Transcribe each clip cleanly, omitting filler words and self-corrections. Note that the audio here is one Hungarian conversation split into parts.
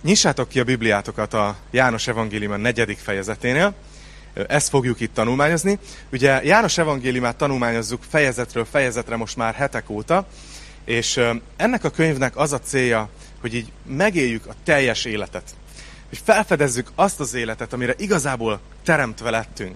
Nyissátok ki a Bibliátokat a János evangélium 4. fejezeténél. Ezt fogjuk itt tanulmányozni. Ugye János evangéliumát tanulmányozzuk fejezetről fejezetre most már hetek óta, és ennek a könyvnek az a célja, hogy így megéljük a teljes életet. És felfedezzük azt az életet, amire igazából teremtve lettünk.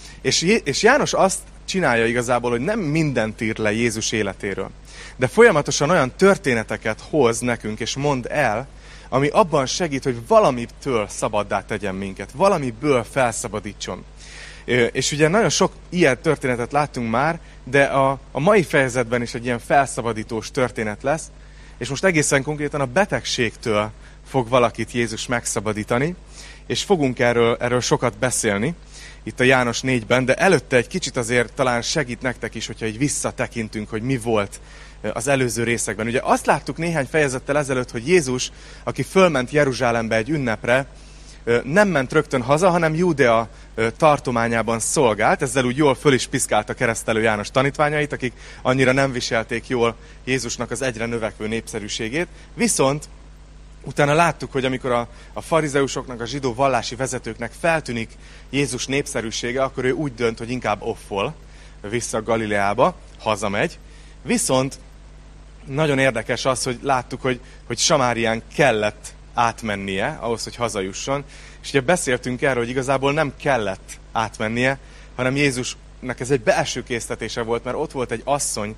És János azt csinálja igazából, hogy nem mindent ír le Jézus életéről, de folyamatosan olyan történeteket hoz nekünk és mond el, ami abban segít, hogy valamitől szabaddá tegyen minket, valamiből felszabadítson. És ugye nagyon sok ilyen történetet láttunk már, de a mai fejezetben is egy ilyen felszabadítós történet lesz, és most egészen konkrétan a betegségtől fog valakit Jézus megszabadítani, és fogunk erről sokat beszélni itt a János 4-ben, de előtte egy kicsit azért talán segít nektek is, hogyha így visszatekintünk, hogy mi volt az előző részekben. Ugye azt láttuk néhány fejezettel ezelőtt, hogy Jézus, aki fölment Jeruzsálembe egy ünnepre, nem ment rögtön haza, hanem Júdea tartományában szolgált, ezzel úgy jól föl is piszkálta Keresztelő János tanítványait, akik annyira nem viselték jól Jézusnak az egyre növekvő népszerűségét. Viszont utána láttuk, hogy amikor a farizeusoknak, a zsidó vallási vezetőknek feltűnik Jézus népszerűsége, akkor ő úgy dönt, hogy inkább offol vissza Galileába, hazamegy. Viszont nagyon érdekes az, hogy láttuk, hogy Samárián kellett átmennie ahhoz, hogy hazajusson. És ugye beszéltünk erről, hogy igazából nem kellett átmennie, hanem Jézusnak ez egy belső késztetése volt, mert ott volt egy asszony,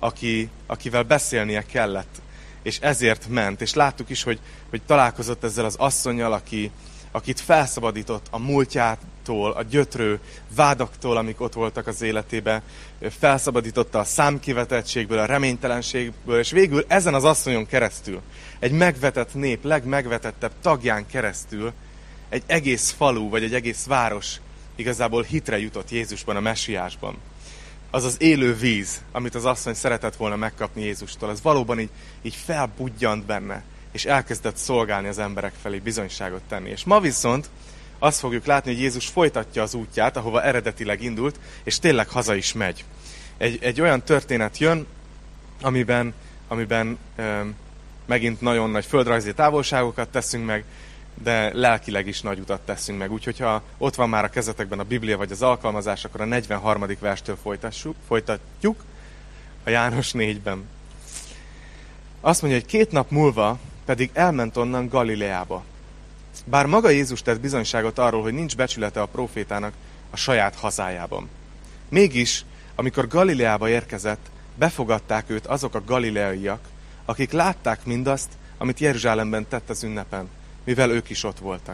akivel beszélnie kellett, és ezért ment. És láttuk is, hogy találkozott ezzel az asszonnyal, akit felszabadított a múltjától, a gyötrő vádaktól, amik ott voltak az életében, felszabadította a számkivetettségből, a reménytelenségből, és végül ezen az asszonyon keresztül, egy megvetett nép legmegvetettebb tagján keresztül, egy egész falu, vagy egy egész város igazából hitre jutott Jézusban, a messiásban. Az az élő víz, amit az asszony szeretett volna megkapni Jézustól, az valóban így felbudjant benne, és elkezdett szolgálni az emberek felé, bizonyságot tenni. És ma viszont azt fogjuk látni, hogy Jézus folytatja az útját, ahova eredetileg indult, és tényleg haza is megy. Egy olyan történet jön, amiben megint nagyon nagy földrajzi távolságokat teszünk meg, de lelkileg is nagy utat teszünk meg. Úgyhogy ha ott van már a kezetekben a Biblia vagy az alkalmazás, akkor a 43. verstől folytatjuk a János 4-ben. Azt mondja, hogy 2 nap múlva pedig elment onnan Galileába. Bár maga Jézus tett bizonyságot arról, hogy nincs becsülete a prófétának a saját hazájában. Mégis, amikor Galileába érkezett, befogadták őt azok a galileaiak, akik látták mindazt, amit Jeruzsálemben tett az ünnepen, mivel ők is ott voltak.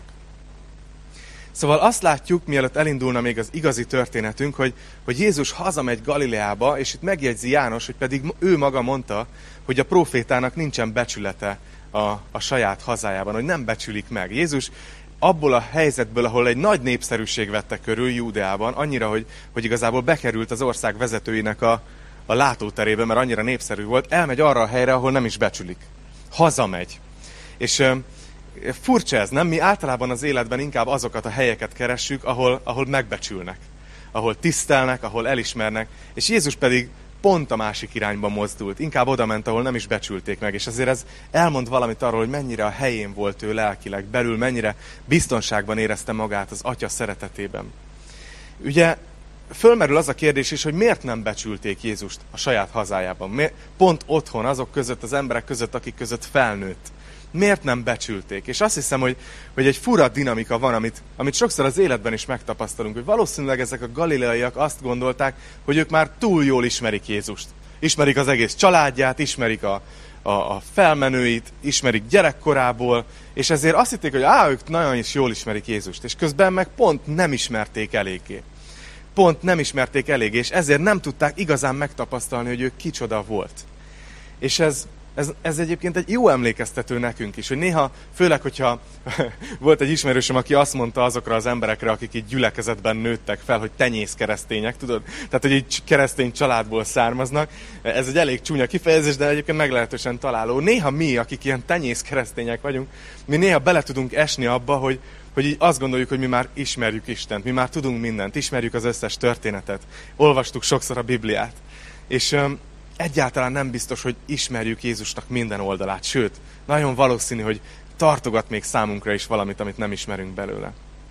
Szóval azt látjuk, mielőtt elindulna még az igazi történetünk, hogy Jézus hazamegy Galileába, és itt megjegyzi János, hogy pedig ő maga mondta, hogy a prófétának nincsen becsülete a saját hazájában, hogy nem becsülik meg. Jézus abból a helyzetből, ahol egy nagy népszerűség vette körül Júdeában, annyira, hogy igazából bekerült az ország vezetőinek a látóterébe, mert annyira népszerű volt, elmegy arra a helyre, ahol nem is becsülik. Hazamegy. És furcsa ez, nem? Mi általában az életben inkább azokat a helyeket keressük, ahol megbecsülnek, ahol tisztelnek, ahol elismernek, és Jézus pedig pont a másik irányba mozdult, inkább oda ment, ahol nem is becsülték meg, és azért ez elmond valamit arról, hogy mennyire a helyén volt ő lelkileg belül, mennyire biztonságban érezte magát az Atya szeretetében. Ugye fölmerül az a kérdés is, hogy miért nem becsülték Jézust a saját hazájában, pont otthon, azok között, az emberek között, akik között felnőtt. Miért nem becsülték? És azt hiszem, hogy egy fura dinamika van, amit sokszor az életben is megtapasztalunk, hogy valószínűleg ezek a galileaiak azt gondolták, hogy ők már túl jól ismerik Jézust. Ismerik az egész családját, ismerik a felmenőit, ismerik gyerekkorából, és ezért azt hitték, hogy ők nagyon is jól ismerik Jézust, és közben meg pont nem ismerték eléggé. És ezért nem tudták igazán megtapasztalni, hogy ő kicsoda volt. És ez egyébként egy jó emlékeztető nekünk is, hogy néha, főleg, hogyha volt egy ismerősöm, aki azt mondta azokra az emberekre, akik így gyülekezetben nőttek fel, hogy tenyész keresztények, tudod? Tehát, hogy egy keresztény családból származnak. Ez egy elég csúnya kifejezés, de egyébként meglehetősen találó. Néha mi, akik ilyen tenyész keresztények vagyunk, mi néha bele tudunk esni abba, hogy így azt gondoljuk, hogy mi már ismerjük Istent, mi már tudunk mindent, ismerjük az összes történetet, olvastuk sokszor a Bibliát. És egyáltalán nem biztos, hogy ismerjük Jézusnak minden oldalát, sőt, nagyon valószínű, hogy tartogat még számunkra is valamit, amit nem ismerünk belőle.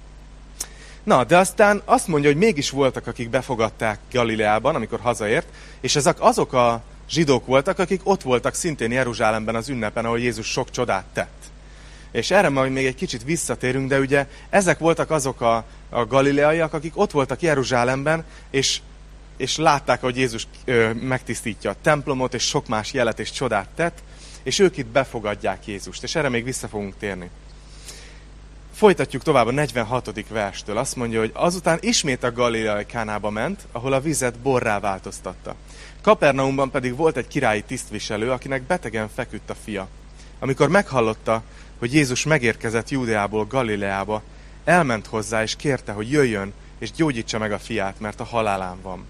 Na, de aztán azt mondja, hogy mégis voltak, akik befogadták Galileában, amikor hazaért, és ezek azok a zsidók voltak, akik ott voltak szintén Jeruzsálemben az ünnepen, ahol Jézus sok csodát tett. És erre majd még egy kicsit visszatérünk, de ugye ezek voltak azok a galileaiak, akik ott voltak Jeruzsálemben, és látták, hogy Jézus megtisztítja a templomot, és sok más jelet és csodát tett, és ők itt befogadják Jézust, és erre még vissza fogunk térni. Folytatjuk tovább a 46. verstől. Azt mondja, hogy azután ismét a Galileai Kánába ment, ahol a vizet borrá változtatta. Kapernaumban pedig volt egy királyi tisztviselő, akinek betegen feküdt a fia. Amikor meghallotta, hogy Jézus megérkezett Júdeából Galileába, elment hozzá és kérte, hogy jöjjön és gyógyítsa meg a fiát, mert a halálán van.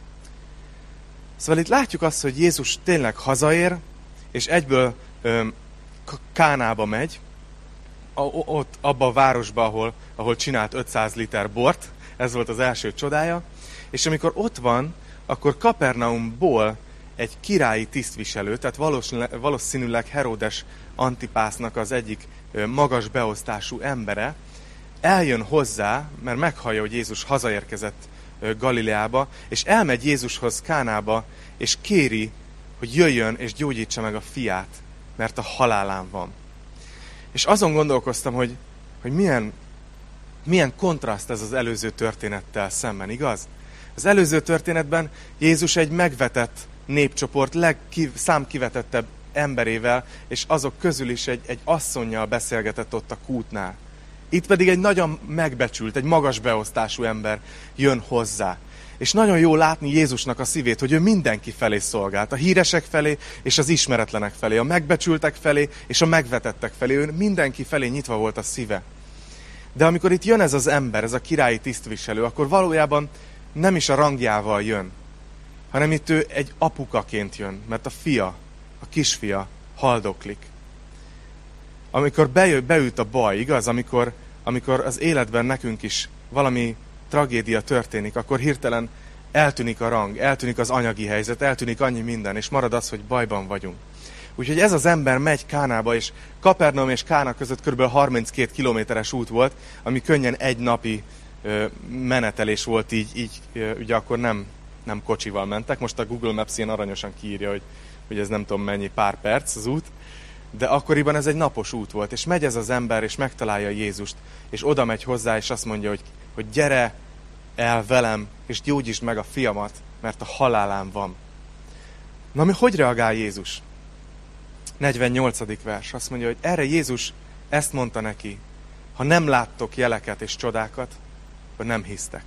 Szóval itt látjuk azt, hogy Jézus tényleg hazaér, és egyből Kánába megy, ott abba a városba, ahol csinált 500 liter bort, ez volt az első csodája, és amikor ott van, akkor Kapernaumból egy királyi tisztviselő, tehát valószínűleg Heródes Antipásznak az egyik magas beosztású embere, eljön hozzá, mert meghallja, hogy Jézus hazaérkezett Galileába, és elmegy Jézushoz Kánába, és kéri, hogy jöjjön és gyógyítsa meg a fiát, mert a halálán van. És azon gondolkoztam, hogy milyen kontraszt ez az előző történettel szemben, igaz? Az előző történetben Jézus egy megvetett népcsoport számkivetettebb emberével, és azok közül is egy asszonnyal beszélgetett ott a kútnál. Itt pedig egy nagyon megbecsült, egy magas beosztású ember jön hozzá. És nagyon jó látni Jézusnak a szívét, hogy ő mindenki felé szolgált. A híresek felé és az ismeretlenek felé, a megbecsültek felé és a megvetettek felé. Ő mindenki felé nyitva volt a szíve. De amikor itt jön ez az ember, ez a királyi tisztviselő, akkor valójában nem is a rangjával jön, hanem itt ő egy apukaként jön, mert a fia, a kisfia haldoklik. Amikor beüt a baj, igaz? Amikor az életben nekünk is valami tragédia történik, akkor hirtelen eltűnik a rang, eltűnik az anyagi helyzet, eltűnik annyi minden, és marad az, hogy bajban vagyunk. Úgyhogy ez az ember megy Kánába, és Kapernaum és Kána között kb. 32 kilométeres út volt, ami könnyen egy napi menetelés volt, így ugye akkor nem kocsival mentek. Most a Google Maps ilyen aranyosan kiírja, hogy ez nem tudom mennyi, pár perc az út, de akkoriban ez egy napos út volt, és megy ez az ember, és megtalálja Jézust, és oda megy hozzá, és azt mondja, hogy gyere el velem, és gyógyítsd meg a fiamat, mert a halálán van. Na, hogy reagál Jézus? 48. vers, azt mondja, hogy erre Jézus ezt mondta neki, ha nem láttok jeleket és csodákat, akkor nem hisztek.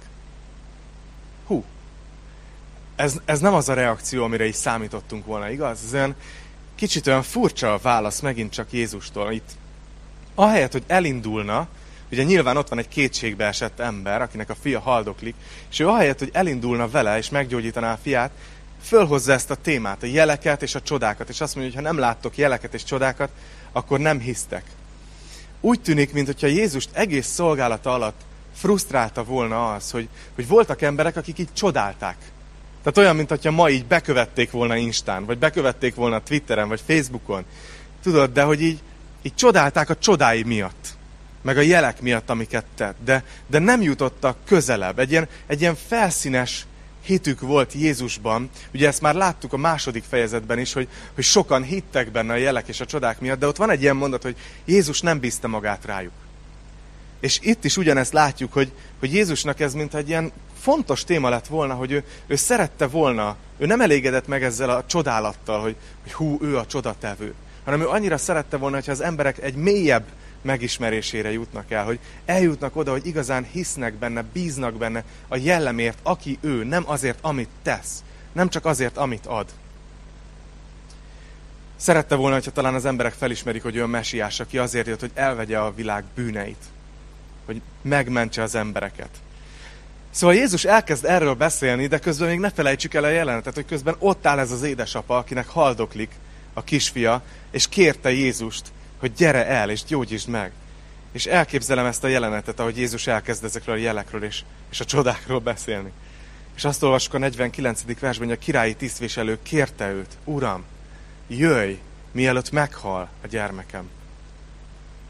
Ez nem az a reakció, amire is számítottunk volna, igaz? Ez kicsit olyan furcsa a válasz megint csak Jézustól. Itt ahelyett, hogy elindulna, ugye nyilván ott van egy kétségbe esett ember, akinek a fia haldoklik, és ő ahelyett, hogy elindulna vele és meggyógyítaná a fiát, fölhozza ezt a témát, a jeleket és a csodákat, és azt mondja, hogy ha nem láttok jeleket és csodákat, akkor nem hisztek. Úgy tűnik, mintha Jézust egész szolgálata alatt frusztrálta volna az, hogy voltak emberek, akik így csodálták. Tehát olyan, mintha ma így bekövették volna Instán, vagy bekövették volna Twitteren, vagy Facebookon. Tudod, de hogy így csodálták a csodái miatt, meg a jelek miatt, amiket tett. De nem jutottak közelebb. Egy ilyen felszínes hitük volt Jézusban. Ugye ezt már láttuk a második fejezetben is, hogy sokan hittek benne a jelek és a csodák miatt, de ott van egy ilyen mondat, hogy Jézus nem bízta magát rájuk. És itt is ugyanezt látjuk, hogy Jézusnak ez mint egy ilyen fontos téma lett volna, hogy ő szerette volna, ő nem elégedett meg ezzel a csodálattal, hogy ő a csodatevő, hanem ő annyira szerette volna, hogyha az emberek egy mélyebb megismerésére jutnak el, hogy eljutnak oda, hogy igazán hisznek benne, bíznak benne a jellemért, aki ő, nem azért, amit tesz, nem csak azért, amit ad. Szerette volna, hogyha talán az emberek felismerik, hogy ő a mesiás, aki azért jött, hogy elvegye a világ bűneit, hogy megmentse az embereket. Szóval Jézus elkezd erről beszélni, de közben még ne felejtsük el a jelenetet, hogy közben ott áll ez az édesapa, akinek haldoklik a kisfia, és kérte Jézust, hogy gyere el, és gyógyítsd meg. És elképzelem ezt a jelenetet, ahogy Jézus elkezd ezekről a jelekről és a csodákról beszélni. És azt olvassuk a 49. versben, hogy a királyi tisztviselő kérte őt, Uram, jöjj, mielőtt meghal a gyermekem.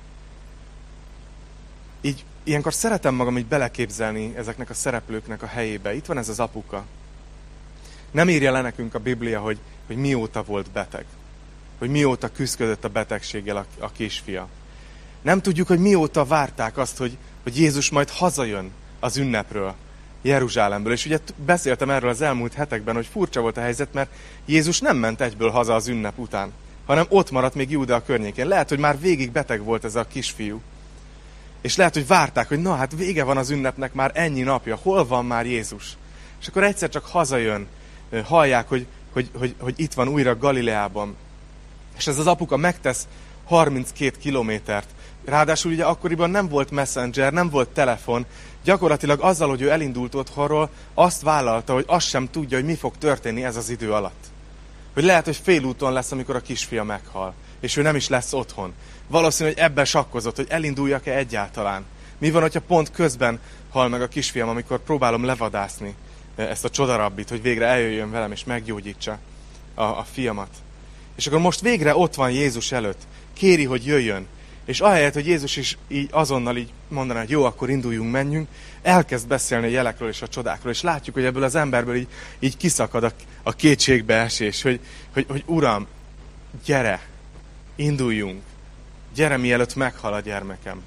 így ilyenkor szeretem magam így beleképzelni ezeknek a szereplőknek a helyébe. Itt van ez az apuka. Nem írja le nekünk a Biblia, hogy mióta volt beteg. Hogy mióta küzdött a betegséggel a kisfia. Nem tudjuk, hogy mióta várták azt, hogy Jézus majd hazajön az ünnepről, Jeruzsálemből. És ugye beszéltem erről az elmúlt hetekben, hogy furcsa volt a helyzet, mert Jézus nem ment egyből haza az ünnep után, hanem ott maradt még Júdea környékén. Lehet, hogy már végig beteg volt ez a kisfiú. És lehet, hogy várták, hogy na hát vége van az ünnepnek, már ennyi napja, hol van már Jézus? És akkor egyszer csak hazajön, hallják, hogy itt van újra Galileában. És ez az apuka megtesz 32 kilométert. Ráadásul ugye akkoriban nem volt messenger, nem volt telefon. Gyakorlatilag azzal, hogy ő elindult otthonról, azt vállalta, hogy azt sem tudja, hogy mi fog történni ez az idő alatt. Hogy lehet, hogy félúton lesz, amikor a kisfia meghal. És ő nem is lesz otthon. Valószínű, hogy ebben sakkozott, hogy elinduljak-e egyáltalán. Mi van, hogyha pont közben hal meg a kisfiam, amikor próbálom levadászni ezt a csodarabbit, hogy végre eljöjjön velem és meggyógyítsa a fiamat. És akkor most végre ott van Jézus előtt. Kéri, hogy jöjjön. És ahelyett, hogy Jézus is így azonnal így mondaná, hogy jó, akkor induljunk, menjünk, elkezd beszélni a jelekről és a csodákról. És látjuk, hogy ebből az emberből így kiszakad a kétségbeesés, hogy Uram, gyere, induljunk. Gyere, mielőtt meghal a gyermekem.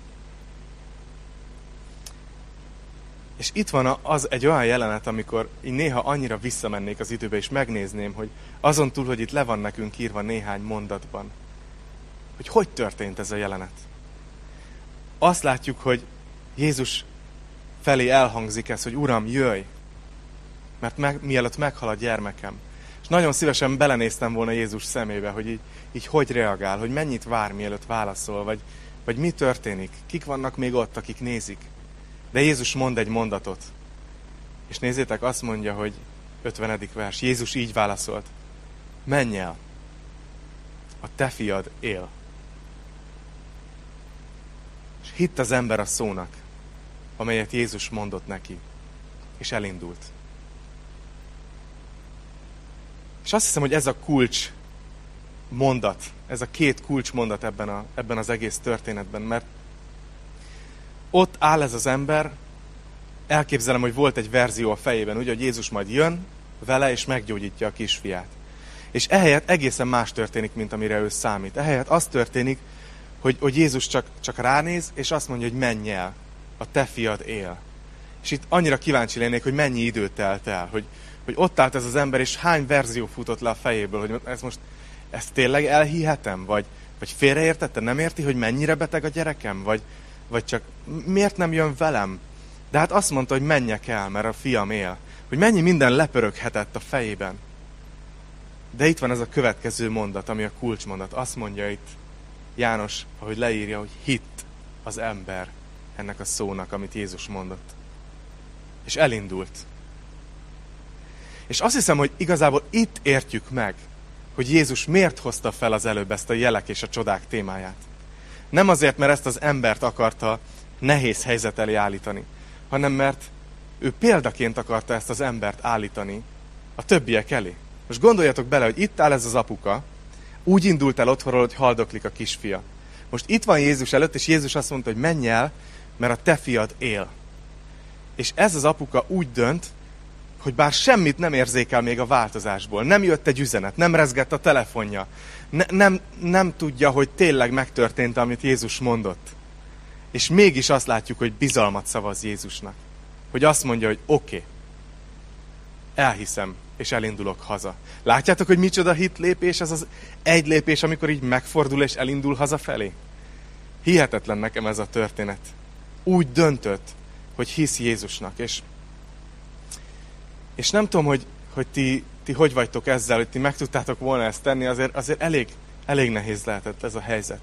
És itt van egy olyan jelenet, amikor így néha annyira visszamennék az időbe, és megnézném, hogy azon túl, hogy itt le van nekünk írva néhány mondatban, hogy történt ez a jelenet. Azt látjuk, hogy Jézus felé elhangzik ez, hogy Uram, jöjj, mert mielőtt meghal a gyermekem. És nagyon szívesen belenéztem volna Jézus szemébe, hogy így hogy reagál, hogy mennyit vár, mielőtt válaszol, vagy mi történik, kik vannak még ott, akik nézik. De Jézus mond egy mondatot. És nézzétek, azt mondja, hogy 50. vers, Jézus így válaszolt. Menj el, a te fiad él. És hitt az ember a szónak, amelyet Jézus mondott neki, és elindult. És azt hiszem, hogy ez a kulcs mondat, ez a két kulcs mondat ebben az egész történetben, mert ott áll ez az ember, elképzelem, hogy volt egy verzió a fejében, ugye, hogy Jézus majd jön vele, és meggyógyítja a kisfiát. És ehelyett egészen más történik, mint amire ő számít. Ehelyett az történik, hogy Jézus csak ránéz, és azt mondja, hogy menj el, a te fiad él. És itt annyira kíváncsi lennék, hogy mennyi idő telt el, hogy ott állt ez az ember, és hány verzió futott le a fejéből, hogy ezt tényleg elhihetem, vagy félreértette, nem érti, hogy mennyire beteg a gyerekem, vagy csak miért nem jön velem? De hát azt mondta, hogy menjek el, mert a fiam él. Hogy mennyi minden lepöröghetett a fejében. De itt van ez a következő mondat, ami a kulcsmondat. Azt mondja itt János, ahogy leírja, hogy hitt az ember ennek a szónak, amit Jézus mondott. És elindult. És azt hiszem, hogy igazából itt értjük meg, hogy Jézus miért hozta fel az előbb ezt a jelek és a csodák témáját. Nem azért, mert ezt az embert akarta nehéz helyzet elé állítani, hanem mert ő példaként akarta ezt az embert állítani a többiek elé. Most gondoljatok bele, hogy itt áll ez az apuka, úgy indult el otthonról, hogy haldoklik a kisfia. Most itt van Jézus előtt, és Jézus azt mondta, hogy menj el, mert a te fiad él. És ez az apuka úgy dönt, hogy bár semmit nem érzékel még a változásból, nem jött egy üzenet, nem rezgett a telefonja, nem tudja, hogy tényleg megtörtént, amit Jézus mondott. És mégis azt látjuk, hogy bizalmat szavaz Jézusnak. Hogy azt mondja, hogy oké, elhiszem, és elindulok haza. Látjátok, hogy micsoda hitlépés ez az egy lépés, amikor így megfordul és elindul hazafelé? Hihetetlen nekem ez a történet. Úgy döntött, hogy hisz Jézusnak. És nem tudom, hogy ti hogy vagytok ezzel, hogy ti meg tudtátok volna ezt tenni, azért elég nehéz lehetett ez a helyzet.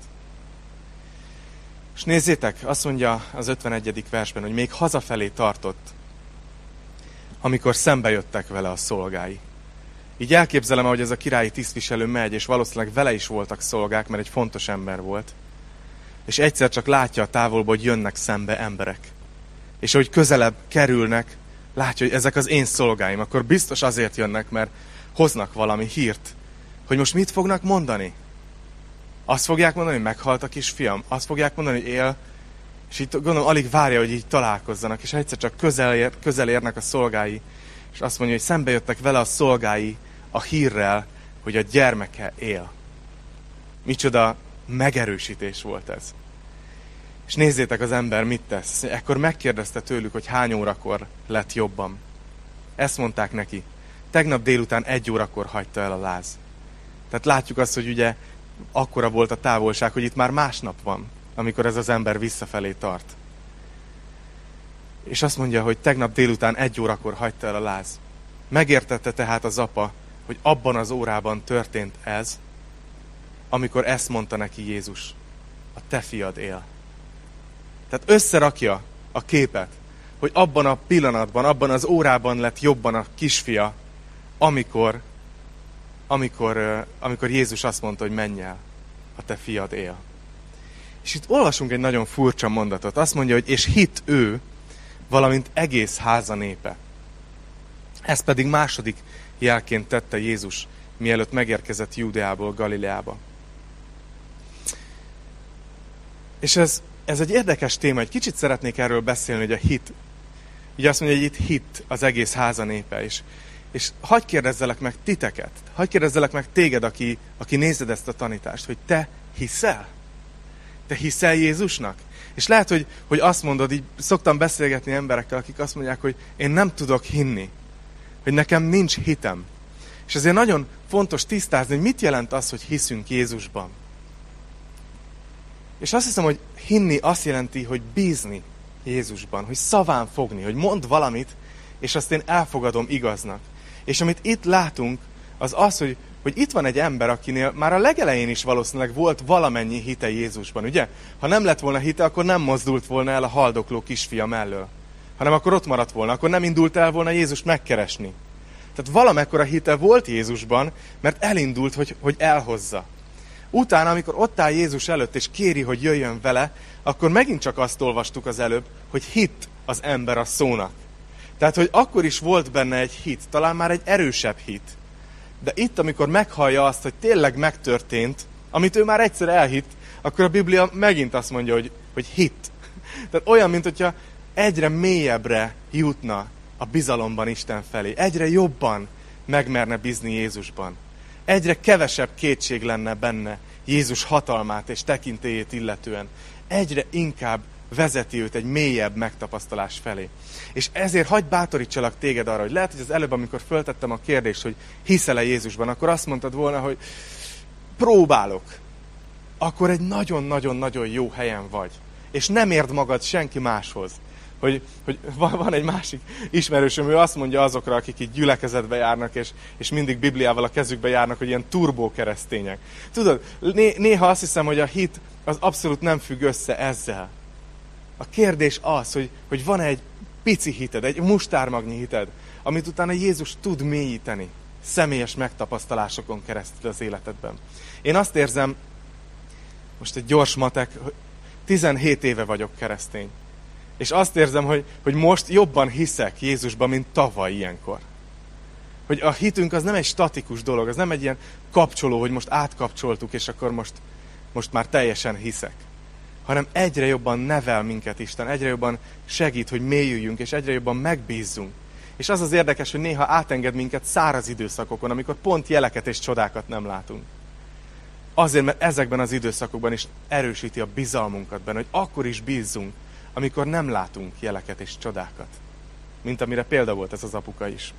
És nézzétek, azt mondja az 51. versben, hogy még hazafelé tartott, amikor szembe jöttek vele a szolgái. Így elképzelem, ahogy ez a királyi tisztviselő megy, és valószínűleg vele is voltak szolgák, mert egy fontos ember volt. És egyszer csak látja a távolból, hogy jönnek szembe emberek. És ahogy közelebb kerülnek, látja, hogy ezek az én szolgáim, akkor biztos azért jönnek, mert hoznak valami hírt, hogy most mit fognak mondani. Azt fogják mondani, hogy meghalt a kisfiam, azt fogják mondani, hogy él, És itt gondolom, alig várja, hogy így találkozzanak, és egyszer csak közel érnek a szolgái, és azt mondja, hogy szembe jöttek vele a szolgái a hírrel, hogy a gyermeke él. Micsoda megerősítés volt ez. És nézzétek, az ember mit tesz. Ekkor megkérdezte tőlük, hogy hány órakor lett jobban. Ezt mondták neki. Tegnap délután 1 órakor hagyta el a láz. Tehát látjuk azt, hogy ugye akkora volt a távolság, hogy itt már másnap van, amikor ez az ember visszafelé tart. És azt mondja, hogy tegnap délután 1 órakor hagyta el a láz. Megértette tehát az apa, hogy abban az órában történt ez, amikor ezt mondta neki Jézus. A te fiad él. Tehát összerakja a képet, hogy abban a pillanatban, abban az órában lett jobban a kisfia, amikor Jézus azt mondta, hogy menj el, a te fiad él. És itt olvasunk egy nagyon furcsa mondatot. Azt mondja, hogy és hitt ő, valamint egész háza népe. Ez pedig második jelként tette Jézus, mielőtt megérkezett Júdeából Galileába. És ez egy érdekes téma, egy kicsit szeretnék erről beszélni, hogy a hit. Ugye azt mondja, hogy itt hit az egész háza népe. És hadd kérdezzelek meg titeket, hadd kérdezzelek meg téged, aki nézed ezt a tanítást, hogy te hiszel? Te hiszel Jézusnak? És lehet, hogy azt mondod, így szoktam beszélgetni emberekkel, akik azt mondják, hogy én nem tudok hinni, hogy nekem nincs hitem. És ezért nagyon fontos tisztázni, hogy mit jelent az, hogy hiszünk Jézusban. És azt hiszem, hogy hinni azt jelenti, hogy bízni Jézusban, hogy szaván fogni, hogy mond valamit, és azt én elfogadom igaznak. És amit itt látunk, az az, hogy itt van egy ember, akinél már a legelején is valószínűleg volt valamennyi hite Jézusban, ugye? Ha nem lett volna hite, akkor nem mozdult volna el a haldokló kisfia mellől, hanem akkor ott maradt volna, akkor nem indult el volna Jézust megkeresni. Tehát valamekkora hite volt Jézusban, mert elindult, hogy elhozza. Utána, amikor ott áll Jézus előtt, és kéri, hogy jöjjön vele, akkor megint csak azt olvastuk az előbb, hogy hitt az ember a szónak. Tehát, hogy akkor is volt benne egy hit, talán már egy erősebb hit. De itt, amikor meghallja azt, hogy tényleg megtörtént, amit ő már egyszer elhitt, akkor a Biblia megint azt mondja, hogy hitt. Tehát olyan, mint hogyha egyre mélyebbre jutna a bizalomban Isten felé. Egyre jobban megmerne bízni Jézusban. Egyre kevesebb kétség lenne benne Jézus hatalmát és tekintélyét illetően. Egyre inkább vezeti őt egy mélyebb megtapasztalás felé. És ezért hadd bátorítsalak téged arra, hogy lehet, hogy az előbb, amikor föltettem a kérdést, hogy hiszel-e Jézusban, akkor azt mondtad volna, hogy próbálok. Akkor egy nagyon-nagyon-nagyon jó helyen vagy. És nem érd magad senki máshoz. Hogy van egy másik ismerősöm, ő azt mondja azokra, akik így gyülekezetbe járnak, és mindig Bibliával a kezükbe járnak, hogy ilyen turbó keresztények. Tudod, néha azt hiszem, hogy a hit az abszolút nem függ össze ezzel. A kérdés az, hogy van egy pici hited, egy mustármagnyi hited, amit utána Jézus tud mélyíteni személyes megtapasztalásokon keresztül az életedben. Én azt érzem, most egy gyors matek, 17 éve vagyok keresztény. És azt érzem, hogy most jobban hiszek Jézusban, mint tavaly ilyenkor. Hogy a hitünk az nem egy statikus dolog, az nem egy ilyen kapcsoló, hogy most átkapcsoltuk, és akkor most már teljesen hiszek. Hanem egyre jobban nevel minket Isten, egyre jobban segít, hogy mélyüljünk, és egyre jobban megbízzunk. És az az érdekes, hogy néha átenged minket száraz időszakokon, amikor pont jeleket és csodákat nem látunk. Azért, mert ezekben az időszakokban is erősíti a bizalmunkat benne, hogy akkor is bízzunk, amikor nem látunk jeleket és csodákat. Mint amire példa volt ez az apuka is.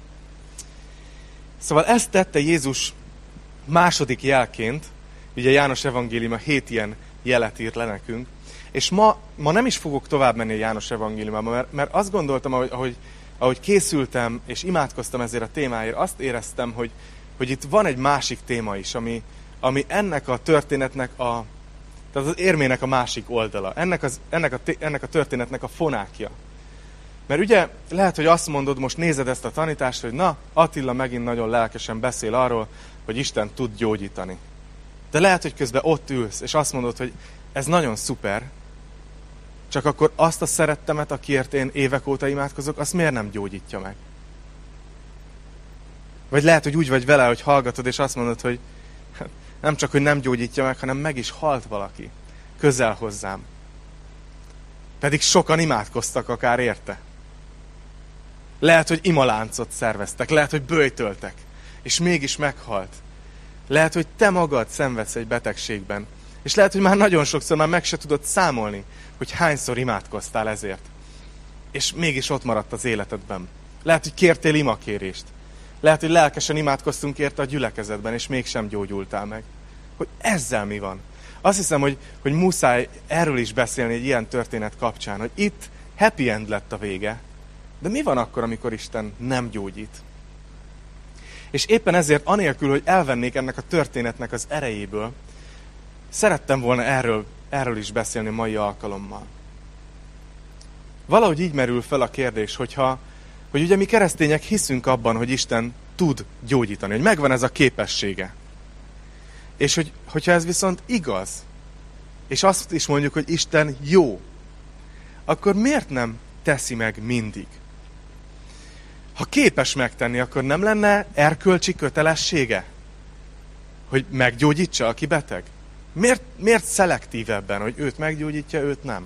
Szóval ezt tette Jézus második jelként, ugye János evangéliuma 7 ilyen jelet írt le nekünk, és ma nem is fogok tovább menni a János evangéliumában, mert azt gondoltam, ahogy készültem és imádkoztam ezért a témáért, azt éreztem, hogy itt van egy másik téma is, ami ennek a történetnek tehát az érmének a másik oldala. Ennek a történetnek a fonákja. Mert ugye lehet, hogy azt mondod, most nézed ezt a tanítást, hogy na, Attila megint nagyon lelkesen beszél arról, hogy Isten tud gyógyítani. De lehet, hogy közben ott ülsz, és azt mondod, hogy ez nagyon szuper, csak akkor azt a szerettemet, akiért én évek óta imádkozok, azt miért nem gyógyítja meg? Vagy lehet, hogy úgy vagy vele, hogy hallgatod, és azt mondod, hogy nem csak, hogy nem gyógyítja meg, hanem meg is halt valaki közel hozzám. Pedig sokan imádkoztak akár érte. Lehet, hogy imaláncot szerveztek, lehet, hogy böjtöltek, és mégis meghalt. Lehet, hogy te magad szenvedsz egy betegségben, és lehet, hogy már nagyon sokszor már meg se tudod számolni, hogy hányszor imádkoztál ezért. És mégis ott maradt az életedben. Lehet, hogy kértél imakérést. Lehet, hogy lelkesen imádkoztunk érte a gyülekezetben, és mégsem gyógyultál meg. Hogy ezzel mi van? Azt hiszem, hogy muszáj erről is beszélni egy ilyen történet kapcsán, hogy itt happy end lett a vége, de mi van akkor, amikor Isten nem gyógyít? És éppen ezért, anélkül, hogy elvennék ennek a történetnek az erejéből, szerettem volna erről is beszélni mai alkalommal. Valahogy így merül fel a kérdés, hogy ugye mi keresztények hiszünk abban, hogy Isten tud gyógyítani, hogy megvan ez a képessége. És hogyha ez viszont igaz, és azt is mondjuk, hogy Isten jó, akkor miért nem teszi meg mindig? Ha képes megtenni, akkor nem lenne erkölcsi kötelessége, hogy meggyógyítsa, aki beteg? Miért szelektív ebben, hogy őt meggyógyítja, őt nem?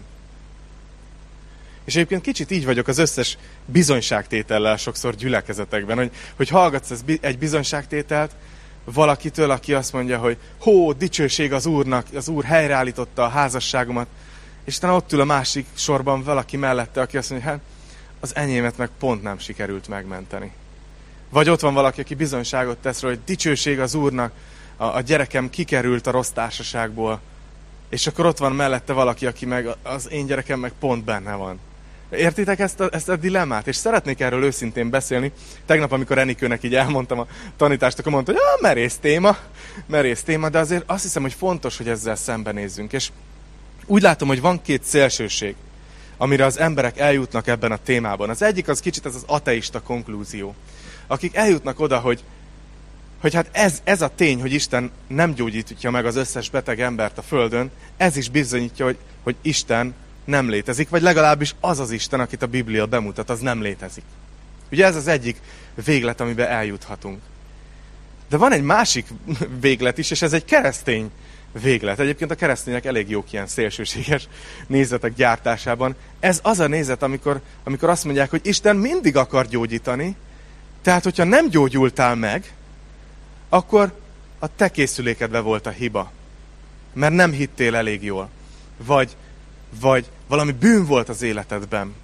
És egyébként kicsit így vagyok az összes bizonyságtétellel sokszor gyülekezetekben, hogy hallgatsz egy bizonyságtételt valakitől, aki azt mondja, hogy dicsőség az Úrnak, az Úr helyreállította a házasságomat, és utána ott ül a másik sorban valaki mellette, aki azt mondja, az enyémet meg pont nem sikerült megmenteni. Vagy ott van valaki, aki bizonyságot tesz róla, hogy dicsőség az Úrnak, a gyerekem kikerült a rossz társaságból, és akkor ott van mellette valaki, aki meg az én gyerekem meg pont benne van. Értitek ezt a dilemmát? És szeretnék erről őszintén beszélni. Tegnap, amikor Enikőnek így elmondtam a tanítást, akkor mondta, hogy merész téma, de azért azt hiszem, hogy fontos, hogy ezzel szembenézzünk. És úgy látom, hogy van két szélsőség, amire az emberek eljutnak ebben a témában. Az egyik az kicsit ez az ateista konklúzió, akik eljutnak oda, hogy hát ez a tény, hogy Isten nem gyógyítja meg az összes beteg embert a Földön, ez is bizonyítja, hogy Isten nem létezik, vagy legalábbis az az Isten, akit a Biblia bemutat, az nem létezik. Ugye ez az egyik véglet, amiben eljuthatunk. De van egy másik véglet is, és ez egy keresztény véglet. Egyébként a keresztények elég jók ilyen szélsőséges nézetek gyártásában. Ez az a nézet, amikor azt mondják, hogy Isten mindig akar gyógyítani, tehát hogyha nem gyógyultál meg, akkor a te készülékedben volt a hiba. Mert nem hittél elég jól. Vagy valami bűn volt az életedben.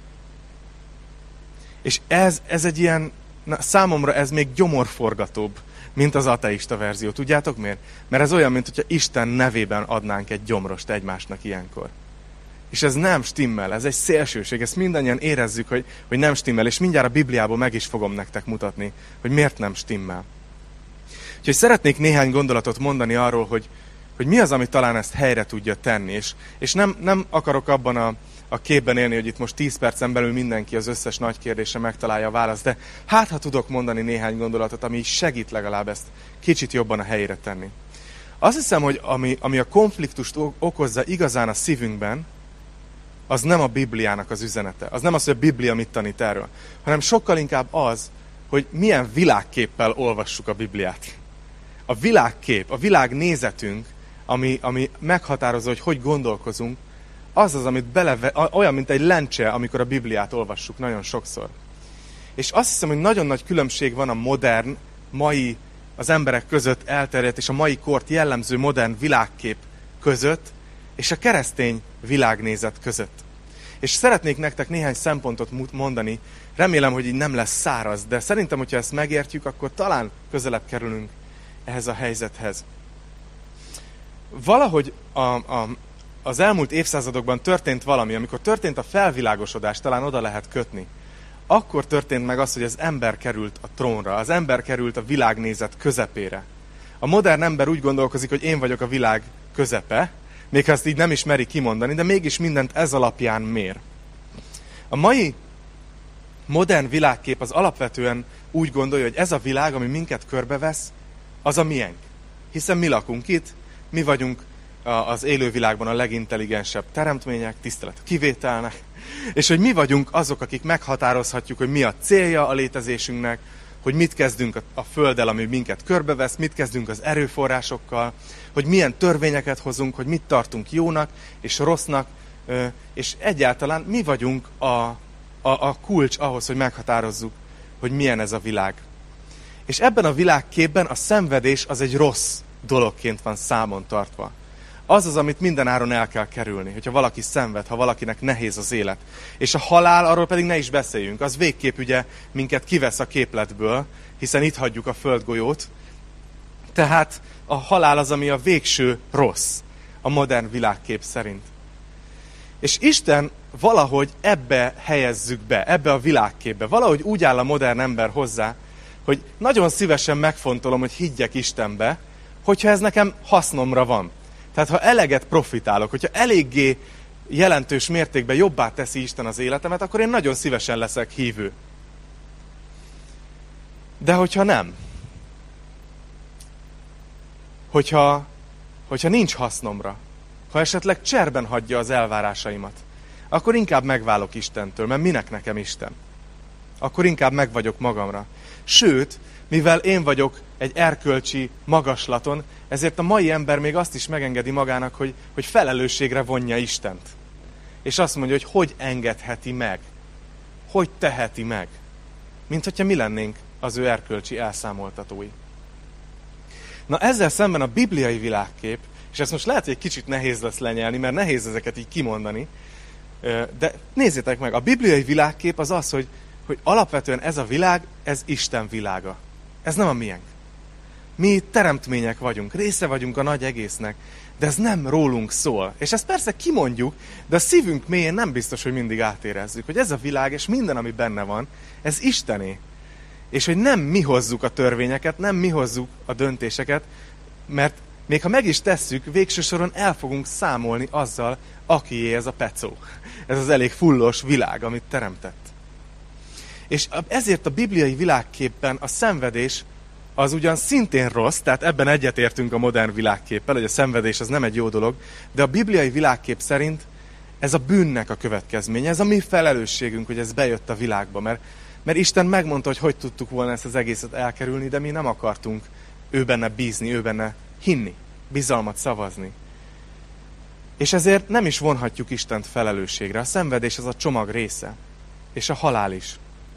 És ez egy ilyen, számomra ez még gyomorforgatóbb, mint az ateista verzió. Tudjátok miért? Mert ez olyan, mint hogyha Isten nevében adnánk egy gyomrost egymásnak ilyenkor. És ez nem stimmel, ez egy szélsőség, ezt mindannyian érezzük, hogy nem stimmel, és mindjárt a Bibliából meg is fogom nektek mutatni, hogy miért nem stimmel. Úgyhogy szeretnék néhány gondolatot mondani arról, hogy mi az, ami talán ezt helyre tudja tenni. És nem akarok abban a képben élni, hogy itt most 10 percen belül mindenki az összes nagy kérdésre megtalálja a választ, de ha tudok mondani néhány gondolatot, ami segít legalább ezt kicsit jobban a helyére tenni. Azt hiszem, hogy ami a konfliktust okozza igazán a szívünkben, az nem a Bibliának az üzenete. Az nem az, hogy a Biblia mit tanít erről, hanem sokkal inkább az, hogy milyen világképpel olvassuk a Bibliát. A világkép, a világnézetünk, ami meghatározza, hogy gondolkozunk, az, amit olyan, mint egy lencse, amikor a Bibliát olvassuk nagyon sokszor. És azt hiszem, hogy nagyon nagy különbség van a modern, mai, az emberek között elterjedt, és a mai kort jellemző modern világkép között, és a keresztény világnézet között. És szeretnék nektek néhány szempontot mondani, remélem, hogy így nem lesz száraz, de szerintem, hogyha ezt megértjük, akkor talán közelebb kerülünk ehhez a helyzethez. Valahogy az elmúlt évszázadokban történt valami, amikor történt a felvilágosodás, talán oda lehet kötni. Akkor történt meg az, hogy az ember került a trónra, az ember került a világnézet közepére. A modern ember úgy gondolkozik, hogy én vagyok a világ közepe, még ha ezt így nem is meri kimondani, de mégis mindent ez alapján mér. A mai modern világkép az alapvetően úgy gondolja, hogy ez a világ, ami minket körbevesz, az a miénk. Hiszen mi lakunk itt, mi vagyunk az élővilágban a legintelligensebb teremtmények, tisztelet a kivételnek, és hogy mi vagyunk azok, akik meghatározhatjuk, hogy mi a célja a létezésünknek, hogy mit kezdünk a Földdel, ami minket körbevesz, mit kezdünk az erőforrásokkal, hogy milyen törvényeket hozunk, hogy mit tartunk jónak és rossznak, és egyáltalán mi vagyunk a kulcs ahhoz, hogy meghatározzuk, hogy milyen ez a világ. És ebben a világképben a szenvedés az egy rossz dologként van számon tartva. Az az, amit mindenáron el kell kerülni, hogyha valaki szenved, ha valakinek nehéz az élet. És a halál, arról pedig ne is beszéljünk, az végképp ugye minket kivesz a képletből, hiszen itt hagyjuk a földgolyót. Tehát a halál az, ami a végső rossz a modern világkép szerint. És Isten valahogy ebbe helyezzük be, ebbe a világképbe. Valahogy úgy áll a modern ember hozzá, hogy nagyon szívesen megfontolom, hogy higgyek Istenbe, hogyha ez nekem hasznomra van. Tehát ha eleget profitálok, hogyha eléggé jelentős mértékben jobbá teszi Isten az életemet, akkor én nagyon szívesen leszek hívő. De hogyha nem, hogyha nincs hasznomra, ha esetleg cserben hagyja az elvárásaimat, akkor inkább megválok Istentől, mert minek nekem Isten? Akkor inkább megvagyok magamra. Sőt, mivel én vagyok egy erkölcsi magaslaton, ezért a mai ember még azt is megengedi magának, hogy felelősségre vonja Istent. És azt mondja, hogy engedheti meg, hogy teheti meg, mint hogyha mi lennénk az ő erkölcsi elszámoltatói. Na ezzel szemben a bibliai világkép, és ezt most lehet, hogy egy kicsit nehéz lesz lenyelni, mert nehéz ezeket így kimondani, de nézzétek meg, a bibliai világkép az az, hogy alapvetően ez a világ, ez Isten világa. Ez nem a miénk. Mi teremtmények vagyunk, része vagyunk a nagy egésznek, de ez nem rólunk szól. És ezt persze kimondjuk, de a szívünk mélyén nem biztos, hogy mindig átérezzük, hogy ez a világ és minden, ami benne van, ez Istené. És hogy nem mi hozzuk a törvényeket, nem mi hozzuk a döntéseket, mert még ha meg is tesszük, végső soron el fogunk számolni azzal, akié ez a pecó. Ez az elég fullos világ, amit teremtett. És ezért a bibliai világképben a szenvedés az ugyan szintén rossz, tehát ebben egyetértünk a modern világképpel, hogy a szenvedés az nem egy jó dolog, de a bibliai világkép szerint ez a bűnnek a következménye, ez a mi felelősségünk, hogy ez bejött a világba, mert Isten megmondta, hogy tudtuk volna ezt az egészet elkerülni, de mi nem akartunk ő benne bízni, ő benne hinni, bizalmat szavazni. És ezért nem is vonhatjuk Istent felelősségre. A szenvedés az a csomag része, és a halál is.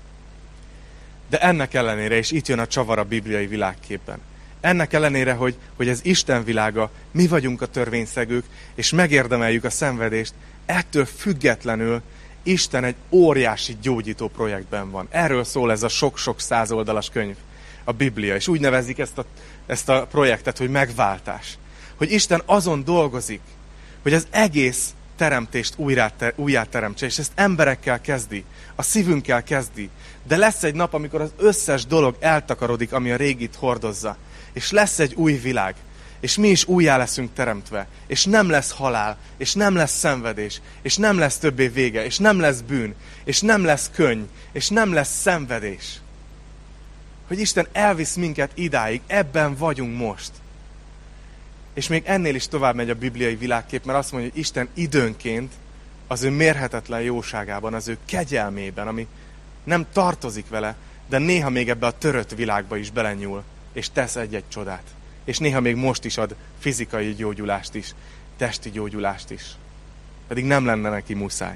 De ennek ellenére, és itt jön a csavar a bibliai világképben, ennek ellenére, hogy ez Isten világa, mi vagyunk a törvényszegők, és megérdemeljük a szenvedést, ettől függetlenül Isten egy óriási gyógyító projektben van. Erről szól ez a sok-sok százoldalas könyv, a Biblia, és úgy nevezik ezt a projektet, hogy megváltás. Hogy Isten azon dolgozik, hogy az egész teremtést újjá teremtse, és ezt emberekkel kezdi, a szívünkkel kezdi. De lesz egy nap, amikor az összes dolog eltakarodik, ami a régit hordozza. És lesz egy új világ, és mi is újjá leszünk teremtve, és nem lesz halál, és nem lesz szenvedés, és nem lesz többé vége, és nem lesz bűn, és nem lesz könny, és nem lesz szenvedés. Hogy Isten elvisz minket idáig, ebben vagyunk most. És még ennél is tovább megy a bibliai világkép, mert azt mondja, hogy Isten időnként az ő mérhetetlen jóságában, az ő kegyelmében, ami nem tartozik vele, de néha még ebbe a törött világba is belenyúl, és tesz egy-egy csodát. És néha még most is ad fizikai gyógyulást is, testi gyógyulást is. Pedig nem lenne neki muszáj.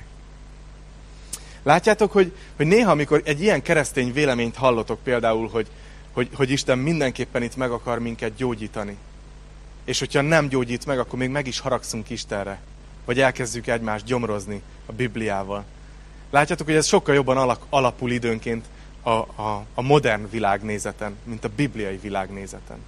Látjátok, hogy néha, amikor egy ilyen keresztény véleményt hallotok például, hogy Isten mindenképpen itt meg akar minket gyógyítani, és hogyha nem gyógyít meg, akkor még meg is haragszunk Istenre, vagy elkezdjük egymást gyomrozni a Bibliával. Látjátok, hogy ez sokkal jobban alapul időnként a modern világnézeten, mint a bibliai világnézeten.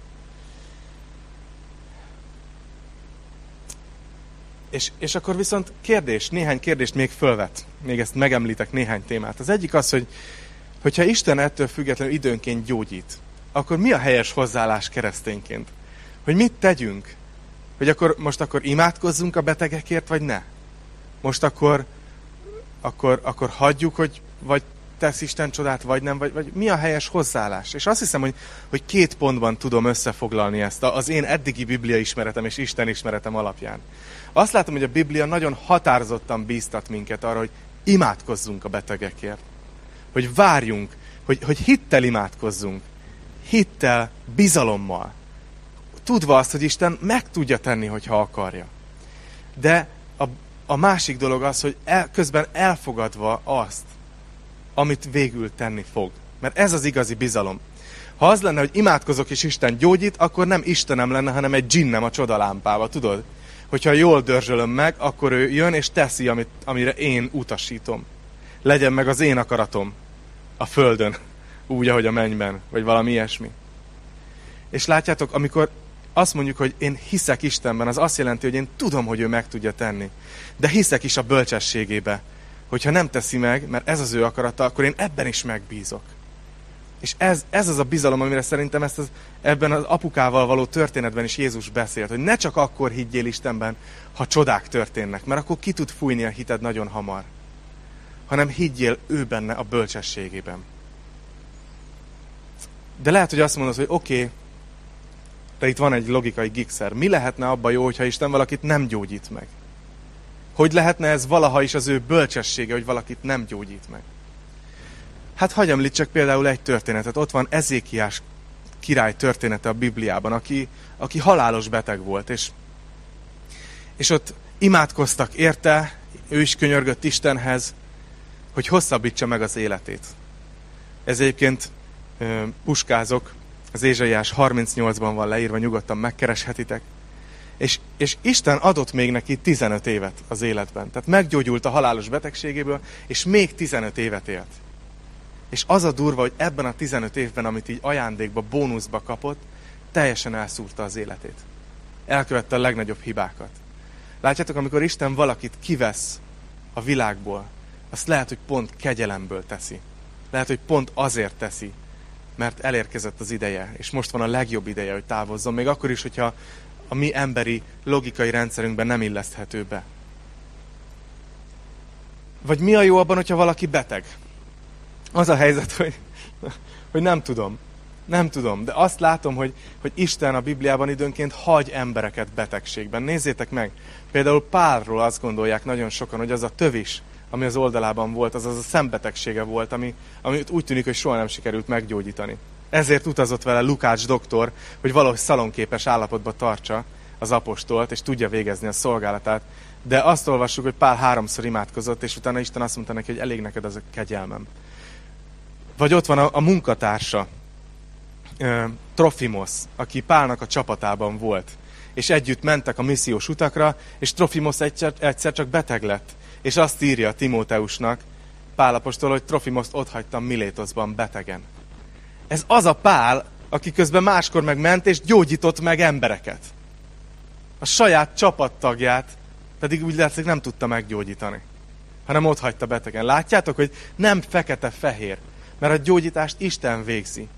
És akkor viszont néhány kérdést még fölvet. Még ezt megemlítek néhány témát. Az egyik az, hogyha Isten ettől függetlenül időnként gyógyít, akkor mi a helyes hozzáállás keresztényként? Hogy mit tegyünk? Hogy most akkor imádkozzunk a betegekért, vagy ne? Most akkor hagyjuk, hogy vagy tesz Isten csodát, vagy nem, vagy mi a helyes hozzáállás? És azt hiszem, hogy 2 pontban tudom összefoglalni ezt az én eddigi Biblia ismeretem és Isten ismeretem alapján. Azt látom, hogy a Biblia nagyon határozottan bíztat minket arra, hogy imádkozzunk a betegekért. Hogy várjunk, hogy hittel imádkozzunk. Hittel, bizalommal. Tudva azt, hogy Isten meg tudja tenni, hogyha akarja. De a másik dolog az, hogy közben elfogadva azt, amit végül tenni fog. Mert ez az igazi bizalom. Ha az lenne, hogy imádkozok és Isten gyógyít, akkor nem Istenem lenne, hanem egy dzsinnem a csodalámpába, tudod? Hogyha jól dörzsölöm meg, akkor ő jön és teszi, amire én utasítom. Legyen meg az én akaratom a földön, úgy, ahogy a mennyben, vagy valami ilyesmi. És látjátok, amikor azt mondjuk, hogy én hiszek Istenben, az azt jelenti, hogy én tudom, hogy ő meg tudja tenni. De hiszek is a bölcsességébe. Hogyha nem teszi meg, mert ez az ő akarata, akkor én ebben is megbízok. És ez az a bizalom, amire szerintem ebben az apukával való történetben is Jézus beszélt, hogy ne csak akkor higgyél Istenben, ha csodák történnek, mert akkor ki tud fújni a hited nagyon hamar, hanem higgyél ő benne a bölcsességében. De lehet, hogy azt mondod, hogy oké, de itt van egy logikai gigszer. Mi lehetne abban jó, hogyha Isten valakit nem gyógyít meg? Hogy lehetne ez valaha is az ő bölcsessége, hogy valakit nem gyógyít meg? Hát hagyj említsek például egy történetet. Ott van Ezékiás király története a Bibliában, aki halálos beteg volt, és ott imádkoztak érte, ő is könyörgött Istenhez, hogy hosszabbítsa meg az életét. Ez egyébként puskázok, az Ézsaiás 38-ban van leírva, nyugodtan megkereshetitek. És Isten adott még neki 15 évet az életben. Tehát meggyógyult a halálos betegségéből, és még 15 évet élt. És az a durva, hogy ebben a 15 évben, amit így ajándékba, bónuszba kapott, teljesen elszúrta az életét. Elkövette a legnagyobb hibákat. Látjátok, amikor Isten valakit kivesz a világból, azt lehet, hogy pont kegyelemből teszi. Lehet, hogy pont azért teszi, mert elérkezett az ideje, és most van a legjobb ideje, hogy távozzon, még akkor is, hogyha a mi emberi, logikai rendszerünkben nem illeszthető be. Vagy mi a jó abban, hogyha valaki beteg? Az a helyzet, hogy nem tudom. Nem tudom, de azt látom, hogy Isten a Bibliában időnként hagy embereket betegségben. Nézzétek meg, például Pálról azt gondolják nagyon sokan, hogy az a tövis, ami az oldalában volt, az a szembetegsége volt, ami úgy tűnik, hogy soha nem sikerült meggyógyítani. Ezért utazott vele Lukács doktor, hogy valahogy szalonképes állapotba tartsa az apostolt, és tudja végezni a szolgálatát. De azt olvassuk, hogy Pál 3-szor imádkozott, és utána Isten azt mondta neki, hogy elég neked az a kegyelmem. Vagy ott van a munkatársa, Trofimosz, aki Pálnak a csapatában volt. És együtt mentek a missziós utakra, és Trofimosz egyszer csak beteg lett. És azt írja Timóteusnak, Pál apostol, hogy Trofimoszt otthagytam Milétoszban betegen. Ez az a Pál, aki közben máskor megment, és gyógyított meg embereket. A saját csapattagját pedig úgy látszik nem tudta meggyógyítani, hanem otthagyta betegen. Látjátok, hogy nem fekete-fehér, mert a gyógyítást Isten végzi.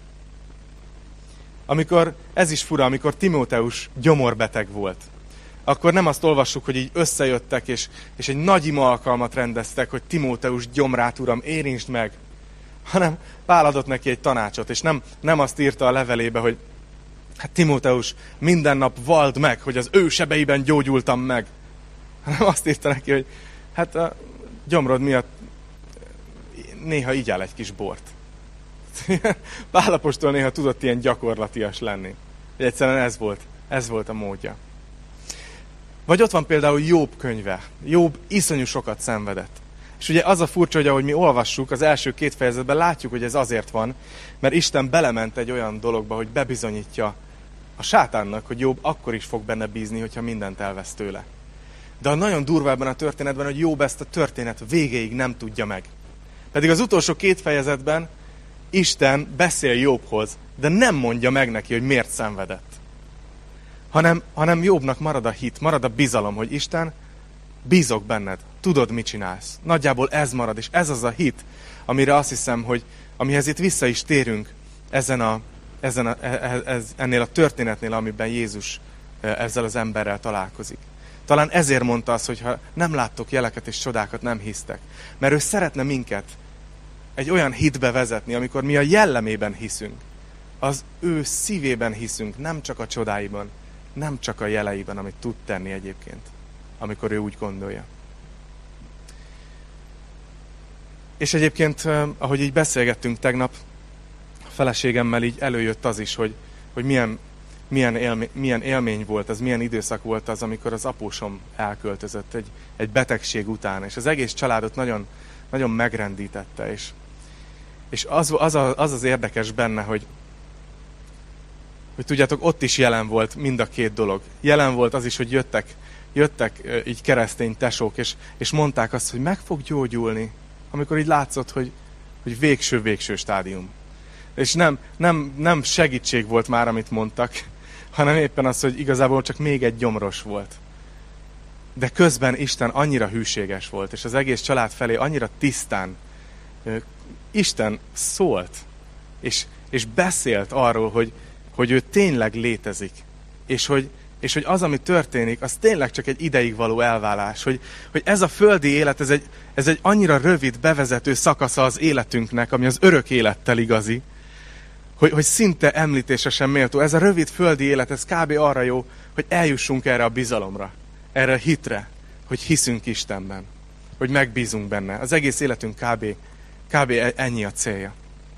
Ez is fura, amikor Timóteus gyomorbeteg volt, akkor nem azt olvassuk, hogy így összejöttek, és egy nagy ima alkalmat rendeztek, hogy Timóteus gyomrát, uram, érintsd meg, hanem Pál adott neki egy tanácsot, és nem azt írta a levelébe, hogy hát Timóteus, minden nap vald meg, hogy az ő sebeiben gyógyultam meg, hanem azt írta neki, hogy hát a gyomrod miatt néha igyál egy kis bort. Pál apostol néha tudott ilyen gyakorlatias lenni. Egyszerűen ez volt a módja. Vagy ott van például Jobb könyve. Jobb iszonyú sokat szenvedett. És ugye az a furcsa, hogy ahogy mi olvassuk, az első 2 fejezetben látjuk, hogy ez azért van, mert Isten belement egy olyan dologba, hogy bebizonyítja a sátánnak, hogy Jobb akkor is fog benne bízni, hogyha mindent elvesz tőle. De a nagyon durva ebben a történetben, hogy Jobb ezt a történet végéig nem tudja meg. Pedig az utolsó 2 fejezetben Isten beszél Jobbhoz, de nem mondja meg neki, hogy miért szenvedett. Hanem Jobbnak marad a hit, marad a bizalom, hogy Isten, bízok benned, tudod, mit csinálsz. Nagyjából ez marad, és ez az a hit, amire azt hiszem, hogy amihez itt vissza is térünk ennél a történetnél, amiben Jézus ezzel az emberrel találkozik. Talán ezért mondta azt, hogy ha nem láttok jeleket és csodákat, nem hisztek. Mert ő szeretne minket egy olyan hitbe vezetni, amikor mi a jellemében hiszünk. Az ő szívében hiszünk, nem csak a csodáiban, nem csak a jeleiben, amit tud tenni egyébként, amikor ő úgy gondolja. És egyébként, ahogy így beszélgettünk tegnap, a feleségemmel így előjött az is, hogy milyen milyen élmény volt az, milyen időszak volt az, amikor az apósom elköltözött egy betegség után, és az egész családot nagyon, nagyon megrendítette, és az érdekes benne, hogy tudjátok, ott is jelen volt mind a két dolog. Jelen volt az is, hogy jöttek így keresztény tesók, és mondták azt, hogy meg fog gyógyulni, amikor így látszott, hogy végső stádium. És nem segítség volt már, amit mondtak, hanem éppen az, hogy igazából csak még egy gyomros volt. De közben Isten annyira hűséges volt, és az egész család felé annyira tisztán Isten szólt, és beszélt arról, hogy ő tényleg létezik, és hogy az, ami történik, az tényleg csak egy ideig való elválás, hogy ez a földi élet, ez egy annyira rövid bevezető szakasza az életünknek, ami az örök élettel igazi, hogy szinte említésre sem méltó. Ez a rövid földi élet, ez kb. Arra jó, hogy eljussunk erre a bizalomra, erre a hitre, hogy hiszünk Istenben, hogy megbízunk benne. Az egész életünk kb. Ennyi a célja.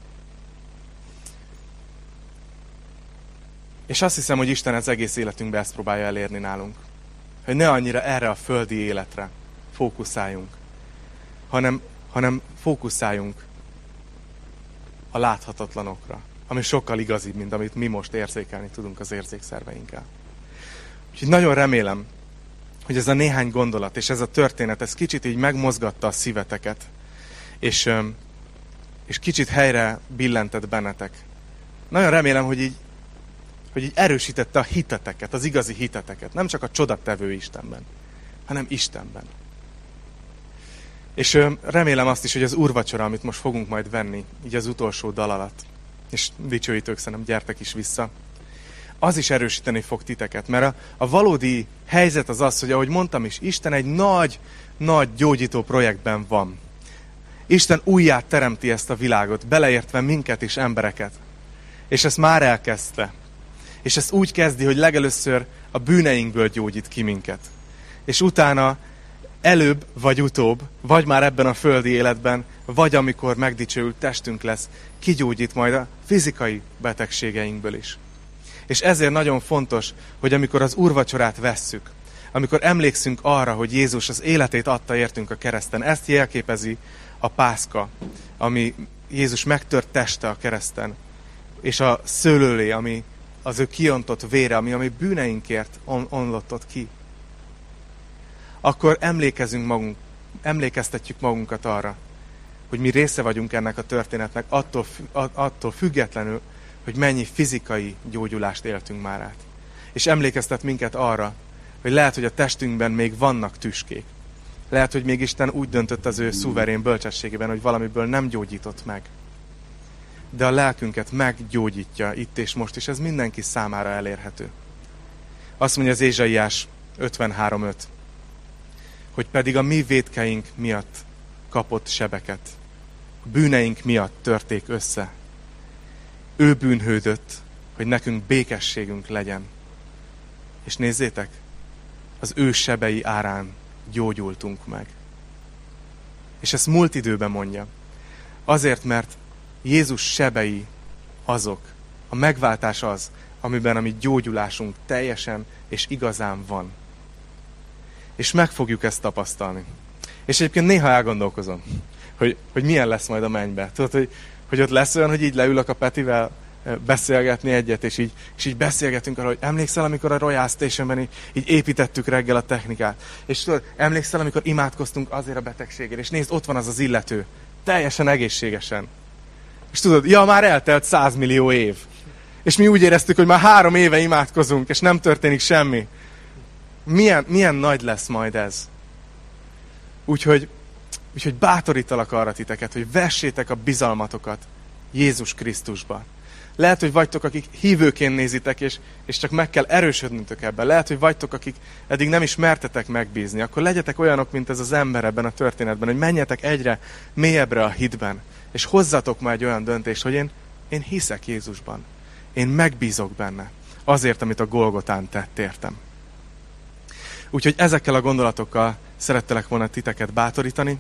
És azt hiszem, hogy Isten az egész életünkben ezt próbálja elérni nálunk. Hogy ne annyira erre a földi életre fókuszáljunk, hanem fókuszáljunk a láthatatlanokra, ami sokkal igazibb, mint amit mi most érzékelni tudunk az érzékszerveinkkel. Úgyhogy nagyon remélem, hogy ez a néhány gondolat és ez a történet, ez kicsit így megmozgatta a szíveteket, és kicsit helyre billentett bennetek. Nagyon remélem, hogy így erősítette a hiteteket, az igazi hiteteket. Nem csak a csodatevő Istenben, hanem Istenben. És remélem azt is, hogy az úrvacsora, amit most fogunk majd venni, így az utolsó dal alatt, és dicsőítők, szerintem gyertek is vissza, az is erősíteni fog titeket, mert a valódi helyzet az az, hogy ahogy mondtam is, Isten egy nagy gyógyító projektben van. Isten újjá teremti ezt a világot, beleértve minket és embereket. És ezt már elkezdte. És ezt úgy kezdi, hogy legelőször a bűneinkből gyógyít ki minket. És utána előbb vagy utóbb, vagy már ebben a földi életben, vagy amikor megdicsőült testünk lesz, kigyógyít majd a fizikai betegségeinkből is. És ezért nagyon fontos, hogy amikor az úrvacsorát vesszük, amikor emlékszünk arra, hogy Jézus az életét adta értünk a kereszten, ezt jelképezi a pászka, ami Jézus megtört teste a kereszten, és a szőlőlé, ami az ő kiontott vére, ami bűneinkért onlottott ki. Akkor emlékeztetjük magunkat arra, hogy mi része vagyunk ennek a történetnek, attól függetlenül, hogy mennyi fizikai gyógyulást éltünk már át. És emlékeztet minket arra, hogy lehet, hogy a testünkben még vannak tüskék. Lehet, hogy még Isten úgy döntött az ő szuverén bölcsességében, hogy valamiből nem gyógyított meg. De a lelkünket meggyógyítja itt és most, és ez mindenki számára elérhető. Azt mondja az Ézsaiás 53:5, hogy pedig a mi vétkeink miatt kapott sebeket, a bűneink miatt törték össze. Ő bűnhődött, hogy nekünk békességünk legyen. És nézzétek, az ő sebei árán gyógyultunk meg. És ezt múlt időben mondja. Azért, mert Jézus sebei azok, a megváltás az, amiben a mi gyógyulásunk teljesen és igazán van. És meg fogjuk ezt tapasztalni. És egyébként néha elgondolkozom, hogy milyen lesz majd a mennybe. Tudod, hogy ott lesz olyan, hogy így leülök a Petivel beszélgetni egyet, és így beszélgetünk arra, hogy emlékszel, amikor a Royal Stationben így építettük reggel a technikát. És tudod, emlékszel, amikor imádkoztunk azért a betegségért, és nézd, ott van az az illető. Teljesen egészségesen. És tudod, ja, már eltelt 100 millió év. És mi úgy éreztük, hogy már 3 éve imádkozunk, és nem történik semmi. Milyen nagy lesz majd ez? Úgyhogy bátorítalak arra titeket, hogy vessétek a bizalmatokat Jézus Krisztusba. Lehet, hogy vagytok, akik hívőként nézitek, és csak meg kell erősödnötök ebben. Lehet, hogy vagytok, akik eddig nem is mertetek megbízni. Akkor legyetek olyanok, mint ez az ember ebben a történetben, hogy menjetek egyre mélyebbre a hitben, és hozzatok már egy olyan döntést, hogy én hiszek Jézusban. Én megbízok benne. Azért, amit a Golgotán tett értem. Úgyhogy ezekkel a gondolatokkal szerettelek volna titeket bátorítani,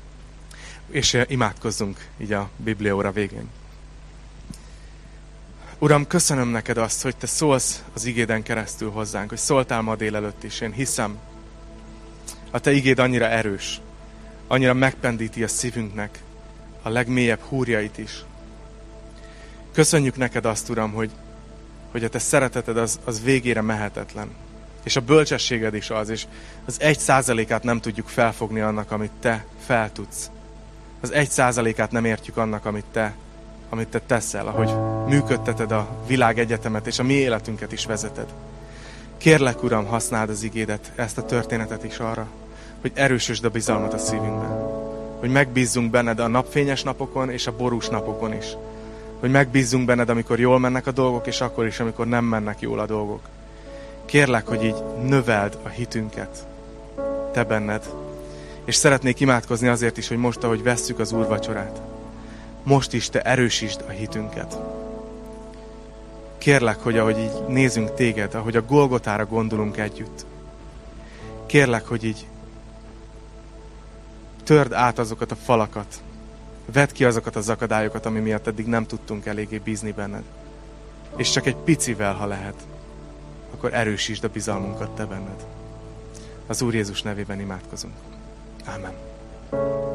és imádkozzunk így a bibliaóra végén. Uram, köszönöm neked azt, hogy te szólsz az igéden keresztül hozzánk, hogy szóltál ma délelőtt is. Én hiszem, a te igéd annyira erős, annyira megpendíti a szívünknek a legmélyebb húrjait is. Köszönjük neked azt, Uram, hogy a te szereteted az végére mehetetlen. És a bölcsességed is az, és az 1%-át nem tudjuk felfogni annak, amit te feltudsz. Az 1%-át nem értjük annak, amit te teszel, ahogy működteted a világegyetemet, és a mi életünket is vezeted. Kérlek, Uram, használd az igédet, ezt a történetet is arra, hogy erősösd a bizalmat a szívünkben. Hogy megbízzunk benned a napfényes napokon és a borús napokon is. Hogy megbízzunk benned, amikor jól mennek a dolgok, és akkor is, amikor nem mennek jól a dolgok. Kérlek, hogy így növeld a hitünket te benned. És szeretnék imádkozni azért is, hogy most, ahogy vesszük az úrvacsorát, most is te erősítsd a hitünket. Kérlek, hogy ahogy így nézünk téged, ahogy a Golgotára gondolunk együtt, kérlek, hogy így törd át azokat a falakat, vedd ki azokat az akadályokat, ami miatt eddig nem tudtunk eléggé bízni benned. És csak egy picivel, ha lehet, akkor erősítsd a bizalmunkat te benned. Az Úr Jézus nevében imádkozunk. Ámen.